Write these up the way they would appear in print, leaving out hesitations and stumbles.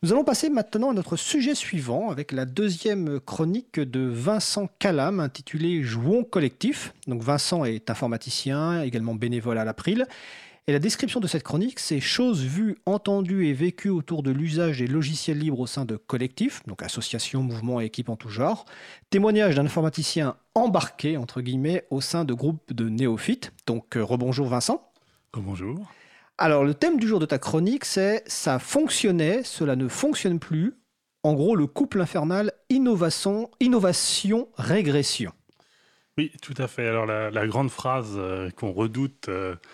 Nous allons passer maintenant à notre sujet suivant avec la deuxième chronique de Vincent Calam intitulée Jouons collectif. Donc Vincent est informaticien, également bénévole à l'April. Et la description de cette chronique, c'est choses vues, entendues et vécues autour de l'usage des logiciels libres au sein de collectifs, donc associations, mouvements et équipes en tout genre. Témoignage d'un informaticien embarqué, entre guillemets, au sein de groupes de néophytes. Donc rebonjour Vincent. Oh, bonjour. Alors, le thème du jour de ta chronique, c'est ça fonctionnait, cela ne fonctionne plus. En gros, le couple infernal innovation, régression. Oui, tout à fait. Alors la grande phrase qu'on redoute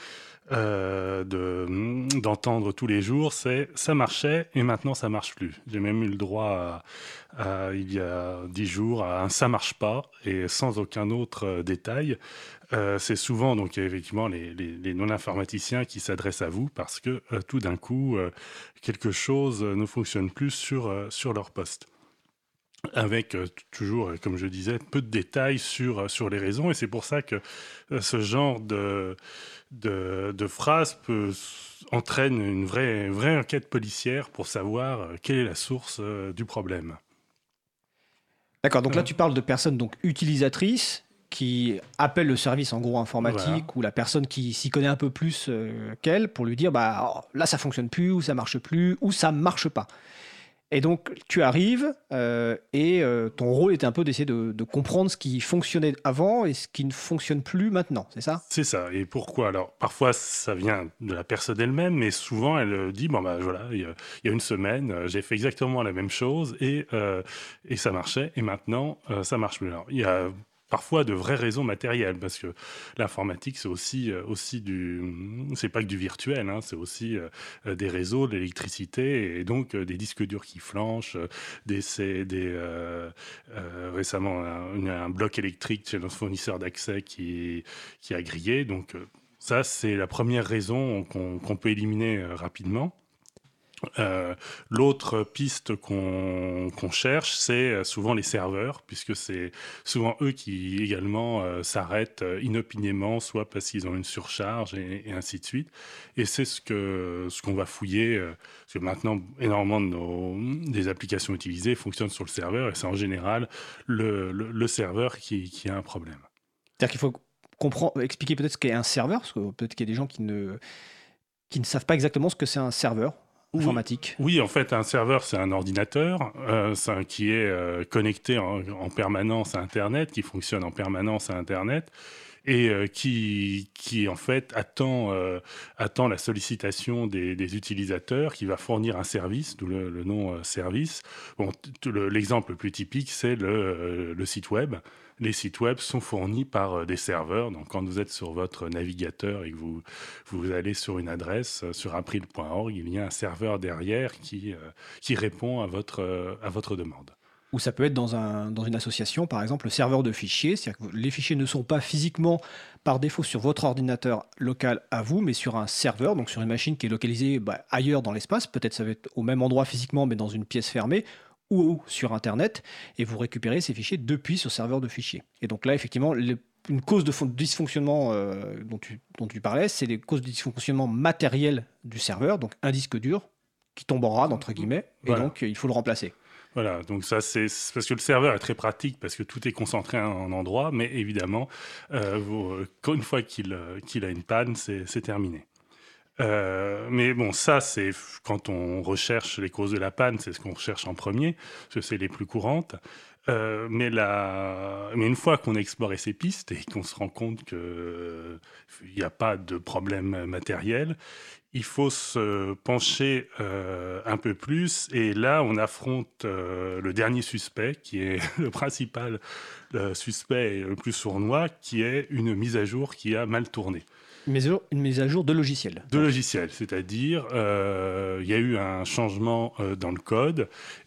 d'entendre tous les jours, c'est ça marchait et maintenant ça marche plus. J'ai même eu le droit il y a 10 jours à un ça marche pas et sans aucun autre détail. C'est souvent donc effectivement les non-informaticiens qui s'adressent à vous parce que tout d'un coup quelque chose ne fonctionne plus sur leur poste. Avec toujours, comme je disais, peu de détails sur les raisons. Et c'est pour ça que ce genre de phrase entraîne une vraie enquête policière pour savoir quelle est la source du problème. D'accord, donc là, tu parles de personnes donc utilisatrices qui appellent le service en gros informatique Voilà. ou la personne qui s'y connaît un peu plus qu'elle pour lui dire bah là ça fonctionne plus ou ça marche plus ou ça marche pas. Et donc, tu arrives et ton rôle était un peu d'essayer de comprendre ce qui fonctionnait avant et ce qui ne fonctionne plus maintenant, c'est ça? C'est ça. Et pourquoi? Alors, parfois, ça vient de la personne elle-même, mais souvent, elle dit, bon, bah voilà, il y a une semaine, j'ai fait exactement la même chose et ça marchait, et maintenant, ça marche plus. Alors, il y a parfois de vraies raisons matérielles, parce que l'informatique, c'est aussi c'est pas que du virtuel, hein, c'est aussi des réseaux, de l'électricité, et donc des disques durs qui flanchent, récemment, un bloc électrique chez notre fournisseur d'accès qui a grillé. Donc ça, c'est la première raison qu'on peut éliminer rapidement. L'autre piste qu'on cherche, c'est souvent les serveurs, puisque c'est souvent eux qui également s'arrêtent inopinément, soit parce qu'ils ont une surcharge et ainsi de suite. Et c'est ce qu'on va fouiller, parce que maintenant, énormément des applications utilisées fonctionnent sur le serveur, et c'est en général le serveur qui a un problème. C'est-à-dire qu'il faut expliquer peut-être ce qu'est un serveur, parce que peut-être qu'il y a des gens qui ne savent pas exactement ce que c'est un serveur Oui, informatique. oui, en fait, un serveur, c'est un ordinateur qui est connecté en permanence à Internet, qui fonctionne en permanence à Internet et qui en fait, attend la sollicitation des utilisateurs, qui va fournir un service, d'où le nom service. Bon, l'exemple le plus typique, c'est le site web. Les sites web sont fournis par des serveurs. Donc, quand vous êtes sur votre navigateur et que vous allez sur une adresse, sur april.org, il y a un serveur derrière qui répond à votre demande. Ou ça peut être dans une association, par exemple, le serveur de fichiers. C'est-à-dire que les fichiers ne sont pas physiquement, par défaut, sur votre ordinateur local à vous, mais sur un serveur, donc sur une machine qui est localisée ailleurs dans l'espace. Peut-être ça va être au même endroit physiquement, mais dans une pièce fermée, ou sur Internet. Et vous récupérez ces fichiers depuis ce serveur de fichiers. Et donc là, effectivement, une cause de dysfonctionnement dont tu parlais, c'est les causes de dysfonctionnement matériel du serveur, donc un disque dur qui tombe en rade, entre guillemets, Voilà. et donc il faut le remplacer. Voilà, donc ça c'est parce que le serveur est très pratique parce que tout est concentré à un endroit, mais évidemment, une fois qu'il a une panne, c'est terminé. Mais bon, ça c'est quand on recherche les causes de la panne, c'est ce qu'on recherche en premier, parce que c'est les plus courantes. Mais une fois qu'on a exploré ces pistes et qu'on se rend compte qu'il n'y a pas de problème matériel, il faut se pencher un peu plus, et là on affronte le dernier suspect, qui est le principal suspect et le plus sournois, qui est une mise à jour qui a mal tourné. Une mise à jour de logiciel. De logiciel, c'est-à-dire il y a eu un changement dans le code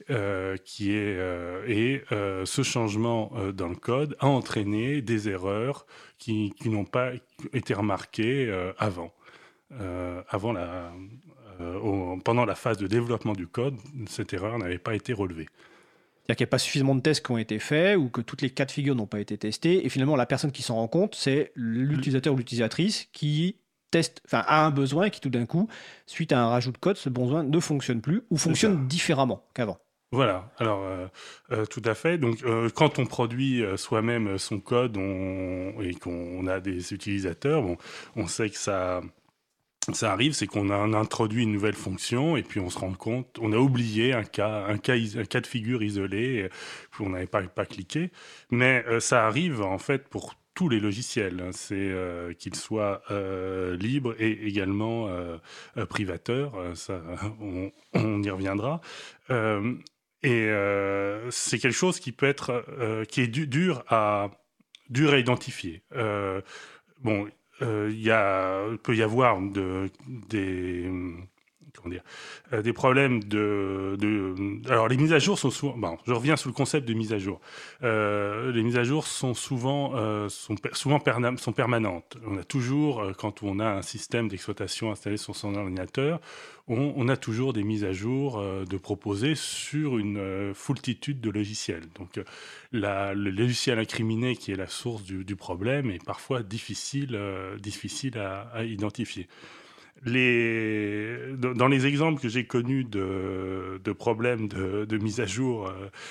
ce changement dans le code a entraîné des erreurs qui n'ont pas été remarquées pendant la phase de développement du code. Cette erreur n'avait pas été relevée. C'est-à-dire qu'il n'y a pas suffisamment de tests qui ont été faits ou que toutes les cas de figure n'ont pas été testés. Et finalement, la personne qui s'en rend compte, c'est l'utilisateur ou l'utilisatrice qui teste, enfin a un besoin et qui tout d'un coup, suite à un rajout de code, ce besoin ne fonctionne plus ou fonctionne différemment qu'avant. Voilà, alors tout à fait. Donc, quand on produit soi-même son code et qu'on a des utilisateurs, bon, on sait que ça arrive, c'est qu'on a introduit une nouvelle fonction et puis on se rend compte, on a oublié un cas de figure isolé, puis on n'avait pas cliqué. Mais ça arrive en fait pour tous les logiciels, hein. C'est qu'ils soient libres et également privateurs. Ça, on y reviendra. Euh, c'est quelque chose qui peut être, qui est dur à identifier. Bon, il peut y avoir comment dire, des problèmes Alors, les mises à jour sont souvent... Bon, je reviens sur le concept de mise à jour. Les mises à jour sont souvent permanentes. On a toujours, quand on a un système d'exploitation installé sur son ordinateur, on a toujours des mises à jour de proposer sur une foultitude de logiciels. Donc, le logiciel incriminé qui est la source du problème est parfois difficile à identifier. Dans les exemples que j'ai connus de problèmes de mise à jour,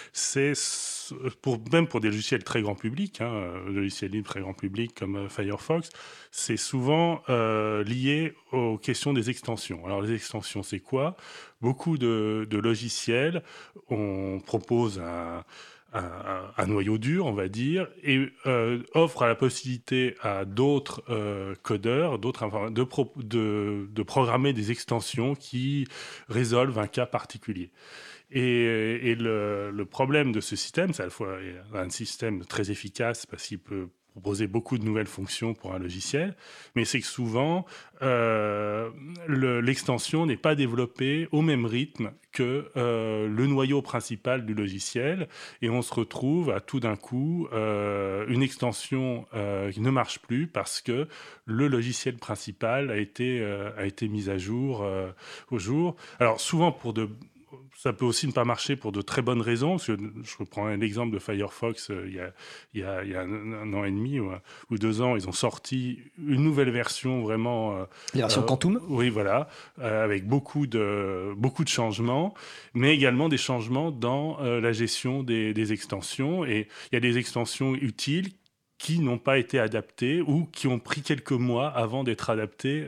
même pour des logiciels très grand public, hein, logiciels libres très grand public comme Firefox, c'est souvent lié aux questions des extensions. Alors les extensions, c'est quoi? Beaucoup de logiciels, on propose un noyau dur, on va dire, et offre la possibilité à d'autres codeurs, de programmer des extensions qui résolvent un cas particulier. Et le problème de ce système, c'est à la fois un système très efficace parce qu'il peut proposer beaucoup de nouvelles fonctions pour un logiciel, mais c'est que souvent, l'extension n'est pas développée au même rythme que le noyau principal du logiciel, et on se retrouve à tout d'un coup une extension qui ne marche plus parce que le logiciel principal a été mis à jour au jour. Alors souvent ça peut aussi ne pas marcher pour de très bonnes raisons. Parce que je reprends l'exemple de Firefox. Il y a un an et demi ou 2 ans, ils ont sorti une nouvelle version vraiment. Les versions Quantum. Oui, voilà, avec beaucoup de changements, mais également des changements dans la gestion des extensions. Et il y a des extensions utiles qui n'ont pas été adaptés ou qui ont pris quelques mois avant d'être adaptés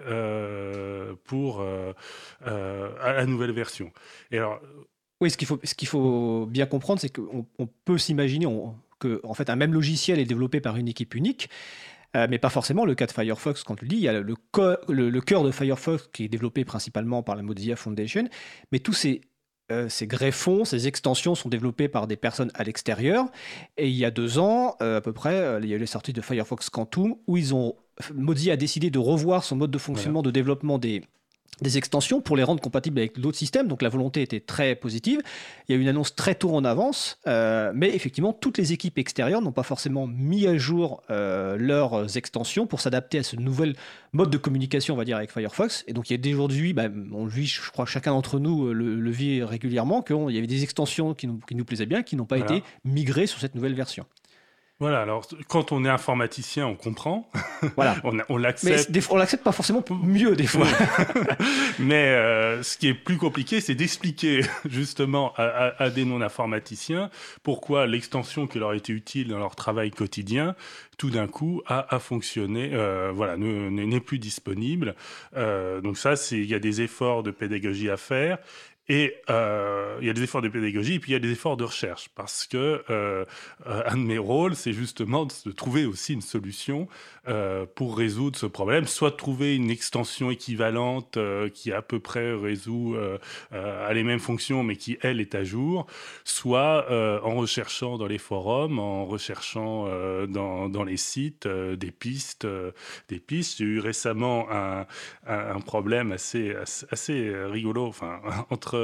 à la nouvelle version. Et alors, Oui, ce qu'il faut bien comprendre, c'est qu'on peut s'imaginer que en fait, un même logiciel est développé par une équipe unique, mais pas forcément le cas de Firefox. Quand tu le dis, il y a le cœur de Firefox qui est développé principalement par la Mozilla Foundation, mais tous ces greffons, ces extensions sont développés par des personnes à l'extérieur. Et il y a 2 ans, à peu près, il y a eu les sorties de Firefox Quantum, où Mozilla a décidé de revoir son mode de fonctionnement de développement des extensions pour les rendre compatibles avec d'autres systèmes. Donc la volonté était très positive. Il y a eu une annonce très tôt en avance, mais effectivement, toutes les équipes extérieures n'ont pas forcément mis à jour leurs extensions pour s'adapter à ce nouvel mode de communication, on va dire, avec Firefox. Et donc il y a d'aujourd'hui, on le vit, je crois que chacun d'entre nous le vit régulièrement, qu'il y avait des extensions qui nous plaisaient bien, qui n'ont pas été migrées sur cette nouvelle version. Voilà, alors quand on est informaticien, on comprend, voilà. on l'accepte. Mais on l'accepte pas forcément mieux des fois. Mais ce qui est plus compliqué, c'est d'expliquer justement à des non-informaticiens pourquoi l'extension qui leur a été utile dans leur travail quotidien, tout d'un coup, a fonctionné, n'est plus disponible. Donc ça, il y a des efforts de pédagogie à faire. Et il y a des efforts de pédagogie et puis il y a des efforts de recherche parce que un de mes rôles, c'est justement de trouver aussi une solution pour résoudre ce problème, soit de trouver une extension équivalente qui à peu près résout a les mêmes fonctions mais qui, elle, est à jour, soit en recherchant dans les forums, en recherchant dans les sites des pistes. J'ai eu récemment un problème assez rigolo, entre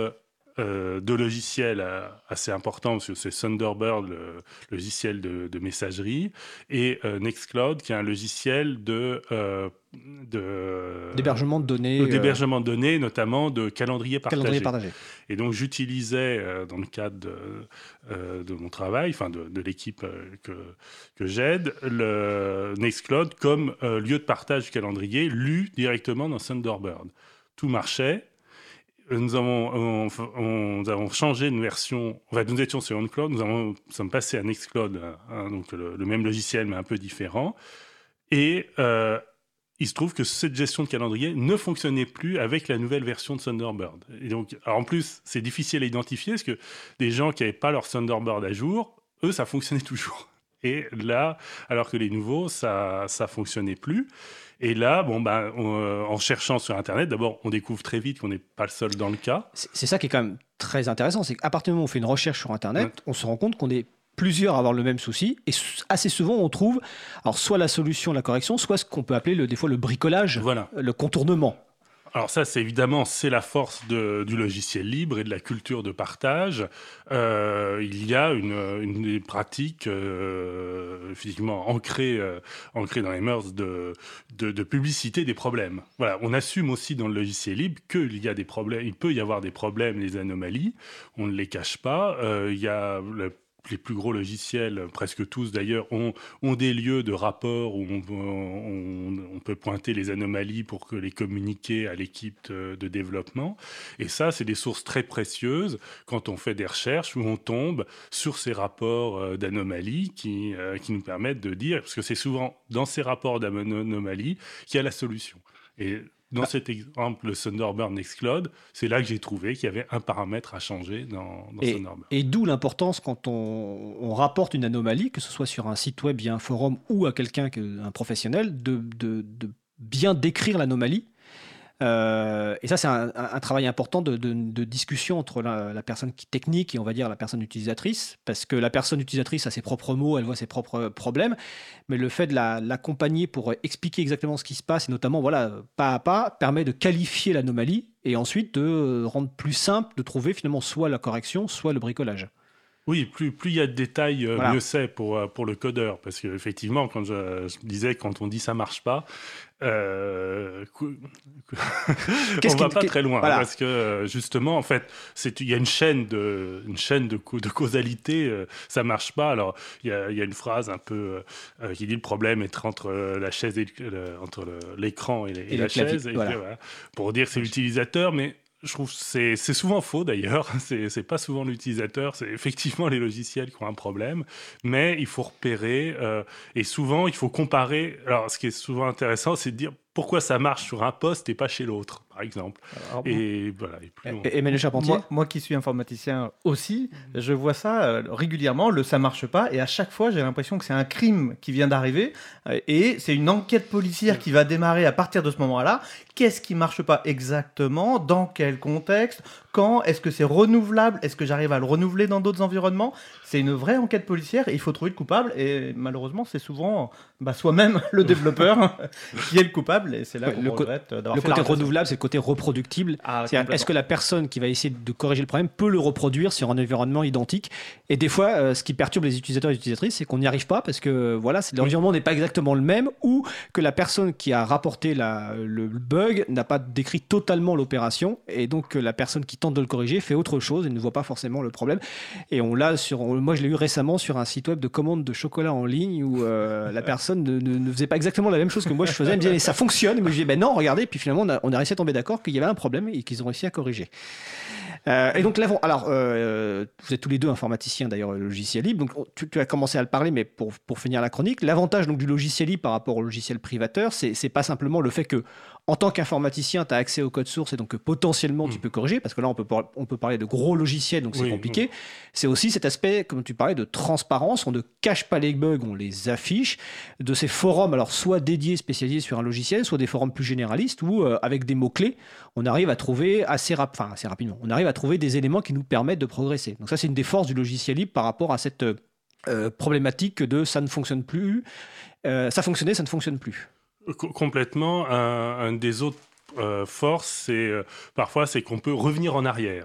deux logiciels assez importants, parce que c'est Thunderbird, le logiciel de messagerie, et Nextcloud, qui est un logiciel d'hébergement de données, d'hébergement de données, notamment de calendrier partagé. partagé. Et donc, j'utilisais, dans le cadre de mon travail, enfin de l'équipe que j'aide, le Nextcloud comme lieu de partage du calendrier, lu directement dans Thunderbird. Tout marchait. Nous avons changé une version. Enfin, nous étions sur OnCloud, nous sommes passés à Nextcloud, donc le même logiciel mais un peu différent. Et il se trouve que cette gestion de calendrier ne fonctionnait plus avec la nouvelle version de Thunderbird. Et donc, alors en plus, c'est difficile à identifier parce que des gens qui n'avaient pas leur Thunderbird à jour, eux, ça fonctionnait toujours. Et là, alors que les nouveaux, ça fonctionnait plus. Et là, en cherchant sur Internet, d'abord, on découvre très vite qu'on n'est pas le seul dans le cas. C'est ça qui est quand même très intéressant, c'est qu'à partir du moment où on fait une recherche sur Internet, on se rend compte qu'on est plusieurs à avoir le même souci, et assez souvent on trouve alors soit la solution, la correction, soit ce qu'on peut appeler des fois le bricolage, le contournement. Alors ça, c'est la force du logiciel libre et de la culture de partage. Il y a une pratique physiquement ancrée dans les mœurs de publicité des problèmes. Voilà, on assume aussi dans le logiciel libre qu'il y a des problèmes, il peut y avoir des problèmes, des anomalies. On ne les cache pas. Il y a les plus gros logiciels, presque tous d'ailleurs, ont des lieux de rapport où on peut pointer les anomalies pour que les communiquer à l'équipe de développement. Et ça, c'est des sources très précieuses quand on fait des recherches où on tombe sur ces rapports d'anomalies qui nous permettent de dire, parce que c'est souvent dans ces rapports d'anomalies qu'il y a la solution. Et dans cet exemple, le Thunderbird Nextcloud, c'est là que j'ai trouvé qu'il y avait un paramètre à changer dans Thunderbird. Et d'où l'importance quand on rapporte une anomalie, que ce soit sur un site web, via un forum ou à quelqu'un, un professionnel, de bien décrire l'anomalie. Et ça, c'est un travail important de discussion entre la personne technique et on va dire la personne utilisatrice, parce que la personne utilisatrice a ses propres mots, elle voit ses propres problèmes, mais le fait de l'accompagner pour expliquer exactement ce qui se passe, et notamment pas à pas, permet de qualifier l'anomalie et ensuite de rendre plus simple de trouver finalement soit la correction, soit le bricolage. Oui, plus il y a de détails, mieux c'est pour le codeur. Parce qu'effectivement, quand je disais, quand on dit ça marche pas, on va pas très loin. Voilà. Parce que justement, en fait, il y a une chaîne de causalité, ça marche pas. Alors, il y a une phrase un peu qui dit le problème est entre la chaise entre l'écran et la chaise. Et voilà. Pour dire que c'est l'utilisateur, mais je trouve que c'est souvent faux d'ailleurs, c'est pas souvent l'utilisateur, c'est effectivement les logiciels qui ont un problème, mais il faut repérer et souvent il faut comparer. Alors ce qui est souvent intéressant, c'est de dire pourquoi ça marche sur un poste et pas chez l'autre, par exemple. Alors, et voilà. Emmanuel Charpentier, moi qui suis informaticien aussi, je vois ça régulièrement, ça marche pas, et à chaque fois j'ai l'impression que c'est un crime qui vient d'arriver, et c'est une enquête policière qui va démarrer à partir de ce moment-là. Qu'est-ce qui marche pas exactement? Dans quel contexte? Quand? Est-ce que c'est renouvelable? Est-ce que j'arrive à le renouveler dans d'autres environnements? C'est une vraie enquête policière et il faut trouver le coupable. Et malheureusement, c'est souvent soi-même le développeur qui est le coupable. Et c'est là qu'on regrette d'avoir fait le côté renouvelable, c'est le côté reproductible. Est-ce que la personne qui va essayer de corriger le problème peut le reproduire sur un environnement identique? Et des fois, ce qui perturbe les utilisateurs et les utilisatrices, c'est qu'on n'y arrive pas parce que l'environnement n'est pas exactement le même, ou que la personne qui a rapporté le bug n'a pas décrit totalement l'opération, et donc la personne qui tente de le corriger fait autre chose et ne voit pas forcément le problème. Et moi je l'ai eu récemment sur un site web de commande de chocolat en ligne où la personne ne faisait pas exactement la même chose que moi je faisais. Elle me disait ça fonctionne, et moi je disais non, regardez, et puis finalement on a réussi à tomber d'accord qu'il y avait un problème et qu'ils ont réussi à corriger. Et donc vous êtes tous les deux informaticiens d'ailleurs, logiciel libre, donc tu as commencé à le parler, mais pour finir la chronique, l'avantage donc du logiciel libre par rapport au logiciel privateur, c'est pas simplement le fait que en tant qu'informaticien tu as accès au code source et donc potentiellement tu peux corriger, parce que là on peut parler de gros logiciels, donc c'est compliqué. C'est aussi cet aspect, comme tu parlais, de transparence, on ne cache pas les bugs, on les affiche, de ces forums, alors soit dédiés, spécialisés sur un logiciel, soit des forums plus généralistes où avec des mots-clés on arrive à trouver assez rapidement, on arrive à trouver des éléments qui nous permettent de progresser. Donc ça, c'est une des forces du logiciel libre par rapport à cette problématique de ça ne fonctionne plus, ça fonctionnait, ça ne fonctionne plus. Complètement. Un des autres forces, parfois, c'est qu'on peut revenir en arrière.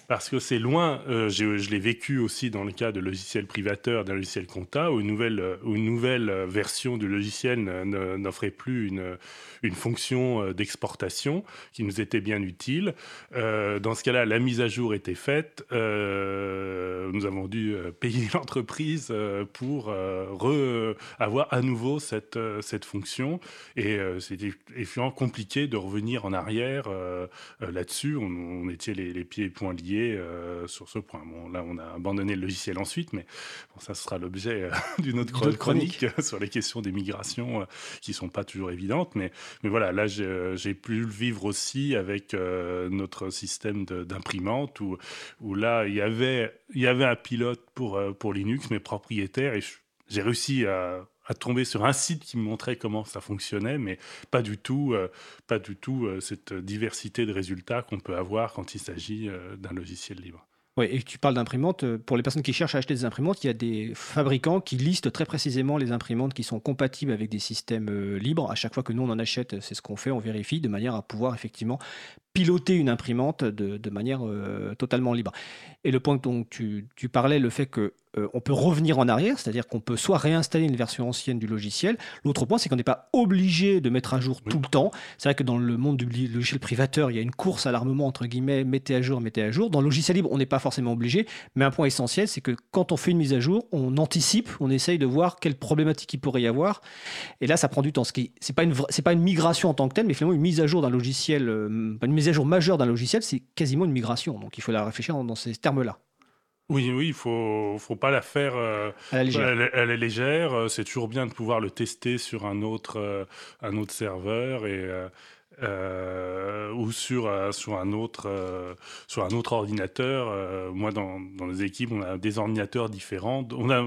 Parce que c'est loin, je l'ai vécu aussi dans le cas de logiciels privateurs, d'un logiciel compta, où une nouvelle version du logiciel n'offrait plus une fonction d'exportation qui nous était bien utile. Dans ce cas-là, la mise à jour était faite. Nous avons dû payer l'entreprise pour avoir à nouveau cette fonction. Et c'était effectivement compliqué de revenir en arrière là-dessus. On était les pieds et poings liés sur ce point. Bon, là, on a abandonné le logiciel ensuite, mais bon, ça sera l'objet d'une autre chronique sur les questions des migrations qui ne sont pas toujours évidentes. Mais voilà, là, j'ai pu le vivre aussi avec notre système d'imprimante où là, il y avait un pilote pour Linux, mais propriétaire, et j'ai réussi à tomber sur un site qui me montrait comment ça fonctionnait, mais pas du tout cette diversité de résultats qu'on peut avoir quand il s'agit d'un logiciel libre. Oui, et tu parles d'imprimantes. Pour les personnes qui cherchent à acheter des imprimantes, il y a des fabricants qui listent très précisément les imprimantes qui sont compatibles avec des systèmes libres. À chaque fois que nous, on en achète, c'est ce qu'on fait, on vérifie de manière à pouvoir effectivement piloter une imprimante de manière totalement libre. Et le point dont tu parlais, le fait que on peut revenir en arrière, c'est-à-dire qu'on peut soit réinstaller une version ancienne du logiciel. L'autre point, c'est qu'on n'est pas obligé de mettre à jour tout le temps. C'est vrai que dans le monde du logiciel privateur, il y a une course à l'armement, entre guillemets, mettez à jour. Dans le logiciel libre, on n'est pas forcément obligé, mais un point essentiel, c'est que quand on fait une mise à jour, on anticipe, on essaye de voir quelles problématiques il pourrait y avoir. Et là, ça prend du temps. C'est pas une migration en tant que telle, mais finalement, une mise à jour d'un logiciel, pas une mise à jour majeure d'un logiciel, c'est quasiment une migration. Donc, il faut la réfléchir dans ces termes-là. Oui, il faut pas la faire à la légère. C'est toujours bien de pouvoir le tester sur un autre serveur ou sur un autre ordinateur. Moi, dans les équipes, on a des ordinateurs différents.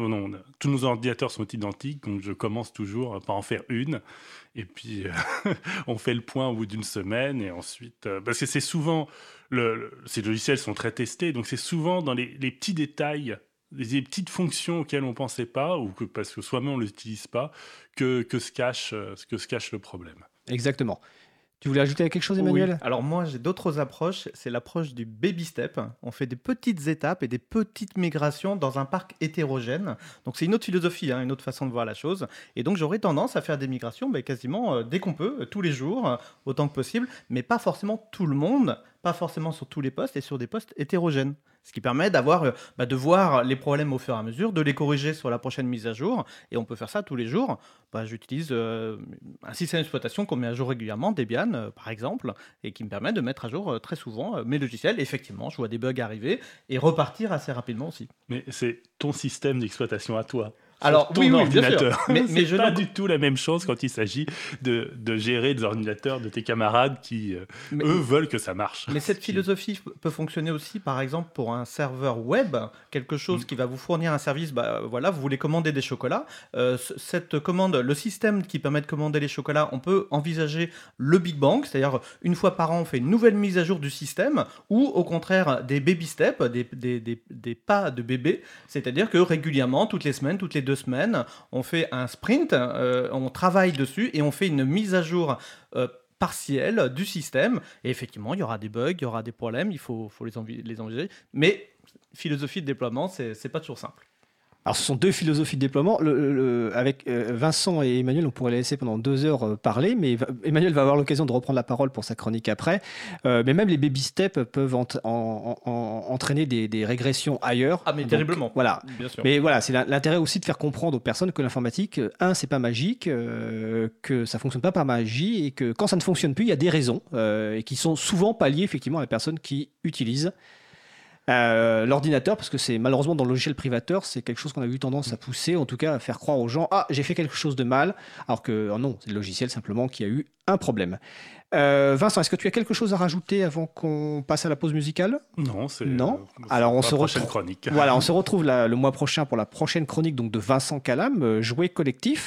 Tous nos ordinateurs sont identiques, donc je commence toujours par en faire une. Et puis, on fait le point au bout d'une semaine. Et ensuite, parce que c'est souvent... ces logiciels sont très testés, donc c'est souvent dans les petits détails, les petites fonctions auxquelles on ne pensait pas, ou parce que soi-même on ne l'utilise pas, que se cache le problème. Exactement. Tu voulais ajouter quelque chose, Emmanuel ? Oui. Alors moi, j'ai d'autres approches. C'est l'approche du baby step. On fait des petites étapes et des petites migrations dans un parc hétérogène. Donc c'est une autre philosophie, une autre façon de voir la chose. Et donc j'aurais tendance à faire des migrations quasiment dès qu'on peut, tous les jours, autant que possible, mais pas forcément tout le monde, pas forcément sur tous les postes et sur des postes hétérogènes. Ce qui permet de voir les problèmes au fur et à mesure, de les corriger sur la prochaine mise à jour. Et on peut faire ça tous les jours. J'utilise un système d'exploitation qu'on met à jour régulièrement, Debian par exemple, et qui me permet de mettre à jour très souvent mes logiciels. Et effectivement, je vois des bugs arriver et repartir assez rapidement aussi. Mais c'est ton système d'exploitation à toi. Alors, ton ordinateur. Bien sûr. Mais c'est pas du tout la même chose quand il s'agit de gérer des ordinateurs de tes camarades qui, eux, veulent que ça marche. Mais cette philosophie peut fonctionner aussi, par exemple, pour un serveur web, quelque chose qui va vous fournir un service. Vous voulez commander des chocolats. Cette commande, le système qui permet de commander les chocolats, on peut envisager le Big Bang, c'est-à-dire une fois par an, on fait une nouvelle mise à jour du système, ou au contraire des baby steps, des pas de bébé, c'est-à-dire que régulièrement, toutes les semaines, toutes les 2 semaines, on fait un sprint, on travaille dessus et on fait une mise à jour partielle du système. Et effectivement, il y aura des bugs, il y aura des problèmes, il faut les envisager. Mais philosophie de déploiement, c'est pas toujours simple. Alors, ce sont 2 philosophies de déploiement. Avec Vincent et Emmanuel, on pourrait les laisser pendant 2 heures parler, mais Emmanuel va avoir l'occasion de reprendre la parole pour sa chronique après. Mais même les baby steps peuvent entraîner des régressions ailleurs. Ah, mais terriblement. Voilà. Bien sûr. Mais voilà, c'est l'intérêt aussi de faire comprendre aux personnes que l'informatique, c'est pas magique, que ça fonctionne pas par magie, et que quand ça ne fonctionne plus, il y a des raisons, et qui sont souvent pas liées effectivement à la personne qui utilise l'ordinateur, parce que c'est malheureusement dans le logiciel privateur, c'est quelque chose qu'on a eu tendance à pousser, en tout cas à faire croire aux gens, j'ai fait quelque chose de mal, alors que non, c'est le logiciel simplement qui a eu un problème. Vincent, est-ce que tu as quelque chose à rajouter avant qu'on passe à la pause musicale ? Non. Alors on se prochaine chronique. Voilà, on se retrouve le mois prochain pour la prochaine chronique donc de Vincent Calam, Jouet collectif.